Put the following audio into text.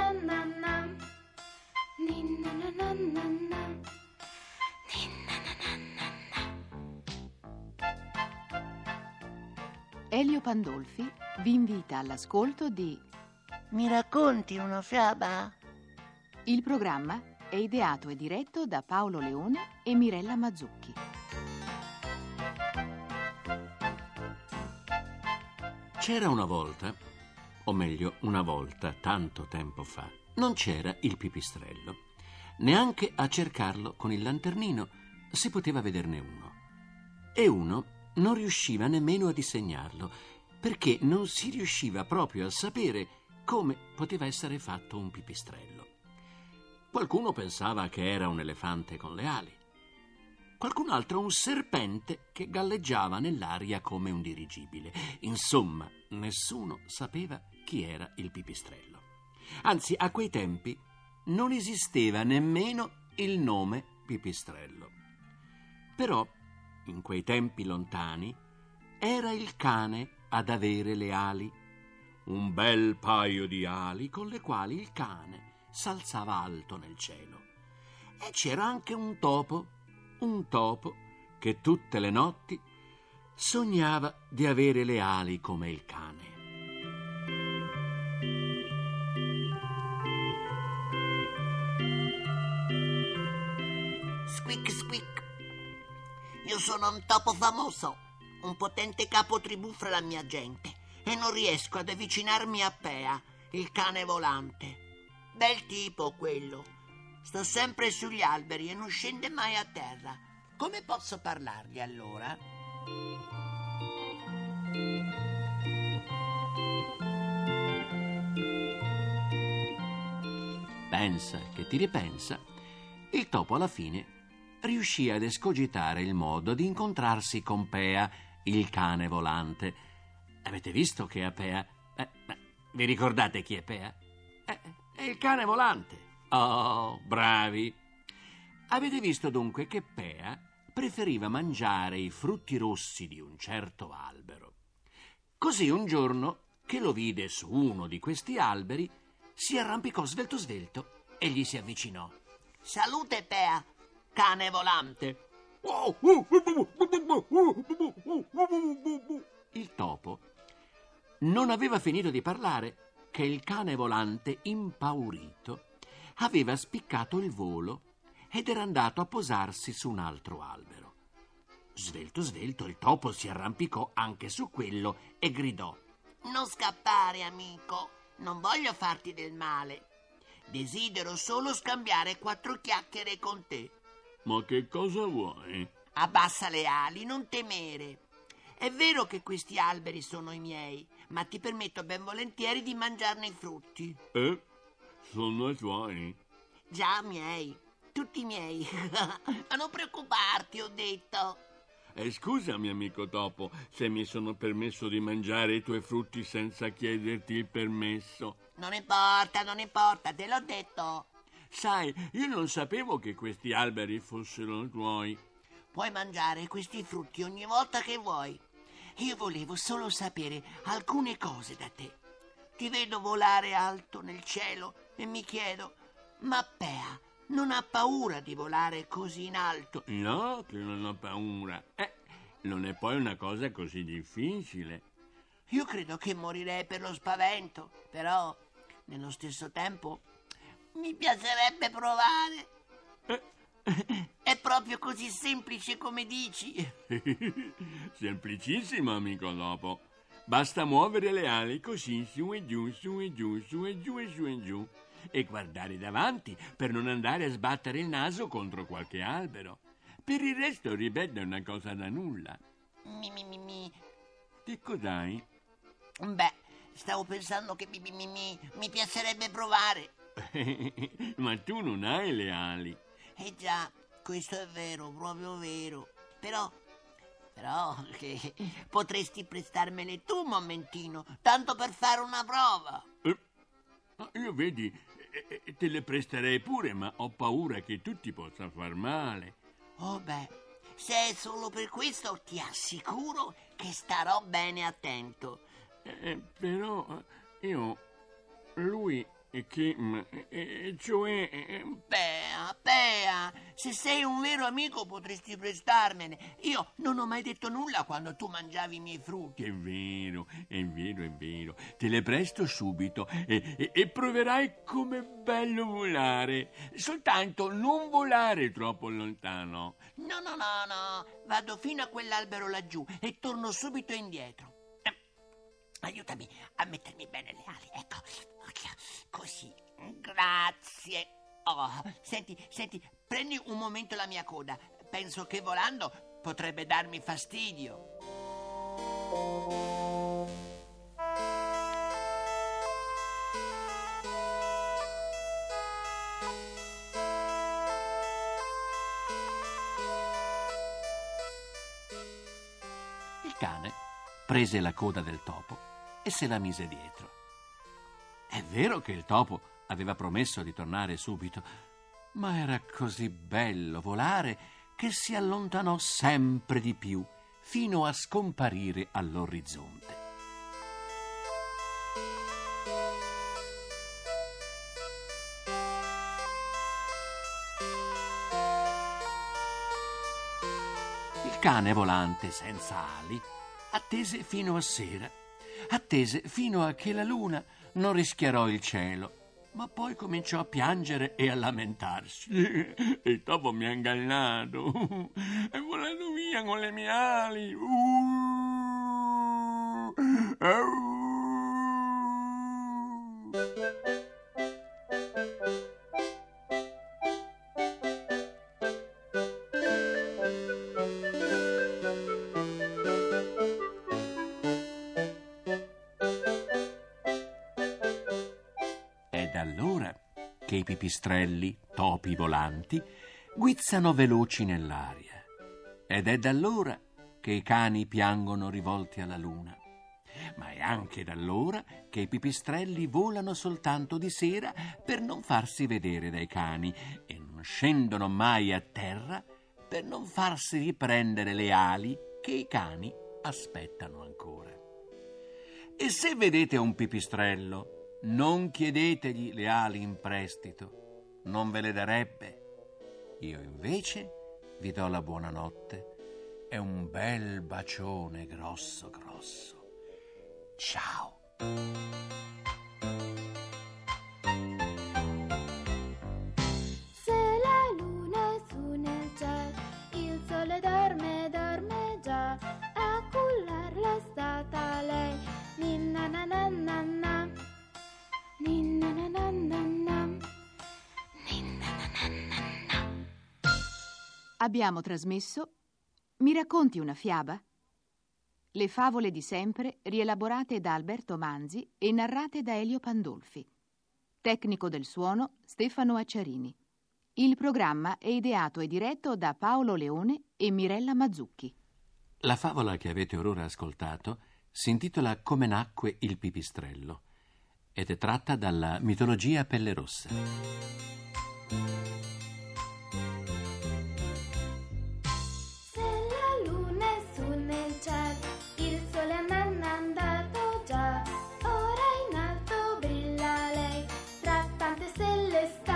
na na. Ninna na na na na. Ninna na na na na. Elio Pandolfi vi invita all'ascolto di Mi racconti una fiaba? Il programma è ideato e diretto da Paolo Leone e Mirella Mazzucchi. C'era una volta, o meglio una volta, tanto tempo fa, non c'era il pipistrello. Neanche a cercarlo con il lanternino si poteva vederne uno. E uno non riusciva nemmeno a disegnarlo, perché non si riusciva proprio a sapere come poteva essere fatto un pipistrello. Qualcuno pensava che era un elefante con le ali, qualcun altro un serpente che galleggiava nell'aria come un dirigibile. Insomma, nessuno sapeva chi era il pipistrello. Anzi, a quei tempi non esisteva nemmeno il nome pipistrello. Però, in quei tempi lontani, era il cane ad avere le ali. Un bel paio di ali con le quali il cane s'alzava alto nel cielo. E c'era anche un topo che tutte le notti sognava di avere le ali come il cane. Squeak squeak. Io sono un topo famoso, un potente capo tribù fra la mia gente, e non riesco ad avvicinarmi a Pea, il cane volante. Bel tipo quello. Sta sempre sugli alberi e non scende mai a terra. Come posso parlargli allora? Pensa che ti ripensa, il topo alla fine riuscì ad escogitare il modo di incontrarsi con Pea, il cane volante. Avete visto che a Pea... vi ricordate chi è Pea? È il cane volante. Oh, bravi! Avete visto dunque che Pea preferiva mangiare i frutti rossi di un certo albero. Così un giorno che lo vide su uno di questi alberi, si arrampicò svelto svelto e gli si avvicinò. Salute Pea, cane volante. Il topo non aveva finito di parlare che il cane volante, impaurito, aveva spiccato il volo ed era andato a posarsi su un altro albero. Svelto svelto il topo si arrampicò anche su quello e gridò: Non scappare, amico, non voglio farti del male. Desidero solo scambiare 4 chiacchiere con te. Ma che cosa vuoi? Abbassa le ali, non temere. È vero che questi alberi sono i miei, ma ti permetto ben volentieri di mangiarne i frutti. Sono i tuoi? Già miei, tutti miei. Ma non preoccuparti, ho detto. Scusami, amico topo, se mi sono permesso di mangiare i tuoi frutti senza chiederti il permesso. Non importa, te l'ho detto. Sai, io non sapevo che questi alberi fossero tuoi. Puoi mangiare questi frutti ogni volta che vuoi. Io volevo solo sapere alcune cose da te. Ti vedo volare alto nel cielo e mi chiedo, ma Pea non ha paura di volare così in alto? No, che non ho paura. Non è poi una cosa così difficile. Io credo che morirei per lo spavento, però nello stesso tempo mi piacerebbe provare. È proprio così semplice come dici? Semplicissimo, amico topo. Basta muovere le ali così, su e giù, su e giù, su e giù e su e giù, e guardare davanti per non andare a sbattere il naso contro qualche albero. Per il resto, ripeto, è una cosa da nulla. Che cos'hai? Beh, stavo pensando che mi piacerebbe provare. Ma tu non hai le ali. Già, questo è vero, proprio vero. Però che potresti prestarmele tu un momentino, tanto per fare una prova. Io vedi, te le presterei pure, ma ho paura che tu ti possa far male. Oh beh, se è solo per questo ti assicuro che starò bene attento. Però lui Bea, se sei un vero amico potresti prestarmene. Io non ho mai detto nulla quando tu mangiavi i miei frutti. È vero. Te le presto subito e proverai com'è bello volare. Soltanto non volare troppo lontano. No. Vado fino a quell'albero laggiù e torno subito indietro. Aiutami a mettermi bene le ali, ecco. Così. Grazie. Oh, senti, prendi un momento la mia coda. Penso che volando potrebbe darmi fastidio. Il cane prese la coda del topo e se la mise dietro. È vero che il topo aveva promesso di tornare subito, ma era così bello volare che si allontanò sempre di più fino a scomparire all'orizzonte. Il cane volante senza ali attese fino a sera, attese fino a che la luna non rischiarò il cielo, ma poi cominciò a piangere e a lamentarsi. Il topo mi ha ingannato. È volato via con le mie ali. Ed allora che i pipistrelli, topi volanti, guizzano veloci nell'aria. Ed è da allora che i cani piangono rivolti alla luna. Ma è anche da allora che i pipistrelli volano soltanto di sera per non farsi vedere dai cani e non scendono mai a terra per non farsi riprendere le ali che i cani aspettano ancora. E se vedete un pipistrello, non chiedetegli le ali in prestito, non ve le darebbe. Io invece vi do la buonanotte e un bel bacione grosso. Ciao. Se la luna è su nel cielo, il sole dorme già, a cullarla è stata lei. Ninna na na na na, ninna na na na na, ninna na na na na. Abbiamo trasmesso Mi racconti una fiaba? Le favole di sempre rielaborate da Alberto Manzi e narrate da Elio Pandolfi. Tecnico del suono Stefano Acciarini. Il programma è ideato e diretto da Paolo Leone e Mirella Mazzucchi. La favola che avete orora ascoltato si intitola Come nacque il pipistrello ed è tratta dalla mitologia Pelle Rossa. Se la luna è su nel cielo, il sole è andato già, ora in alto brilla lei, tra tante stelle sta.